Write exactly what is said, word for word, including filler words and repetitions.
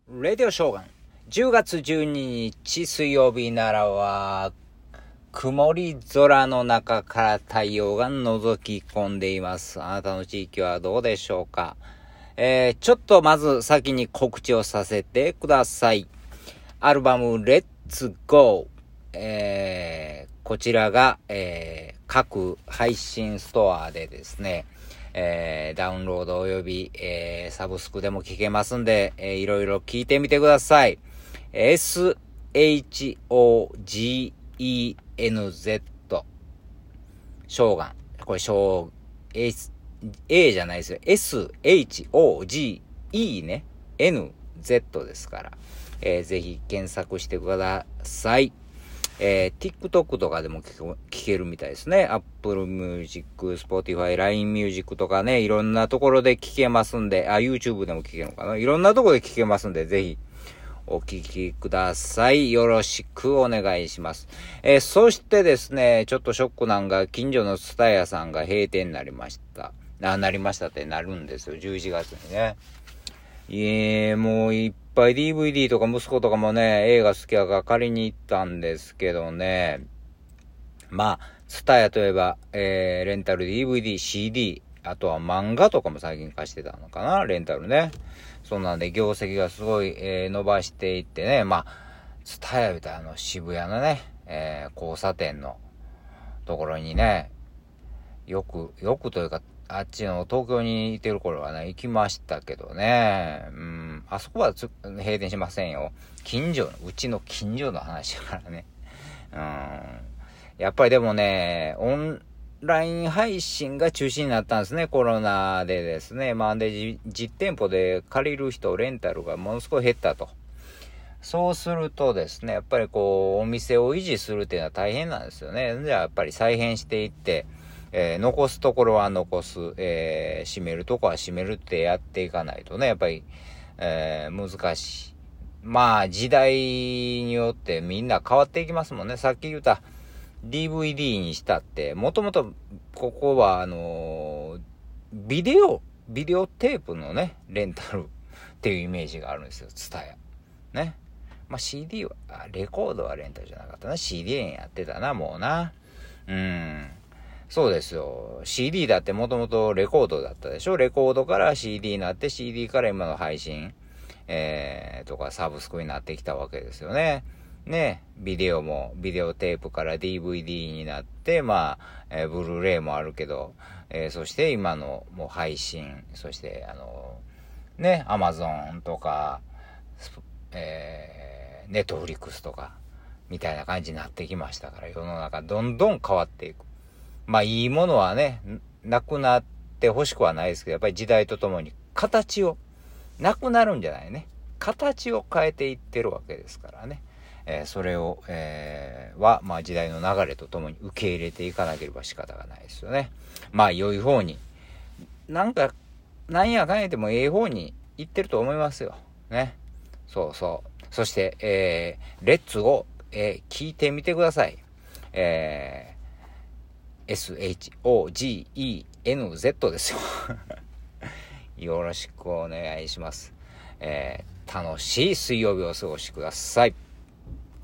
レディオショーガンじゅうがつじゅうににち水曜日ならは曇り空の中から太陽が覗き込んでいます。あなたの地域はどうでしょうか。えー、ちょっとまず先に告知をさせてください。アルバムレッツゴー、えー、こちらが、えー、各配信ストアでですね、えー、ダウンロードおよび、えー、サブスクでも聞けますんで、えー、いろいろ聞いてみてください。エスエイチオージーイーエヌゼット ショーガン。これショー A じゃないですよ。エスエイチオージーイー ね エヌゼット ですから、えー、ぜひ検索してください。えー、TikTok とかでも聞けるみたいですね。Apple Music、Spotify、ライン Music とかね、いろんなところで聞けますんで、あ、YouTube でも聞けるのかな。いろんなところで聞けますんで、ぜひお聞きください。よろしくお願いします。えー、そしてですね、ちょっとショックなんが、近所のツタヤさんが閉店になりました。あ、なりましたってなるんですよ。じゅういちがつにね。いえ、もういっぱい ディーブイディー とか息子とかもね、映画好きやから借りに行ったんですけどね。まあ、ツタヤといえば、えー、レンタル ディーブイディー、シーディー、あとは漫画とかも最近貸してたのかな、レンタルね。そんなんで業績がすごい、えー、伸ばしていってね、まあ、ツタヤみたいなあの渋谷のね、えー、交差点のところにね、よく、よくというか、あっちの東京にいてる頃はね、行きましたけどね。うん。あそこはつ閉店しませんよ。近所の、うちの近所の話だからね。うん。やっぱりでもね、オンライン配信が中止になったんですね。コロナでですね。まあで、実店舗で借りる人、レンタルがものすごい減ったと。そうするとですね、やっぱりこう、お店を維持するっていうのは大変なんですよね。じゃあやっぱり再編していって、えー、残すところは残す、えー、閉めるとこは閉めるってやっていかないとね、やっぱり、えー、難しい。まあ、時代によってみんな変わっていきますもんね。さっき言った ディーブイディー にしたって、もともとここは、あのー、ビデオ、ビデオテープのね、レンタルっていうイメージがあるんですよ、ツタヤ。ね。まあ シーディー は、レコードはレンタルじゃなかったな。シーディー やってたな、もうな。うん。そうですよ。シーディー だってもともとレコードだったでしょ。レコードから シーディー になって、シーディー から今の配信、えー、とかサブスクになってきたわけですよね。ね、ビデオも、ビデオテープから ディーブイディー になって、まあ、えー、ブルーレイもあるけど、えー、そして今のもう配信、そしてあの、ね、アマゾンとか、えー、ネットフリックスとか、みたいな感じになってきましたから、世の中どんどん変わっていく。まあいいものはね、なくなってほしくはないですけど、やっぱり時代とともに形を、なくなるんじゃないね。形を変えていってるわけですからね。えー、それを、えー、は、まあ時代の流れとともに受け入れていかなければ仕方がないですよね。まあ良い方に、なんか、なんやかんやでもええ方に行ってると思いますよ。ね。そうそう。そして、えー、レッツを、えー、聞いてみてください。えー、エスエイチオージーイーエヌゼット ですよ。よろしくお願いします。えー、楽しい水曜日をお過ごしください。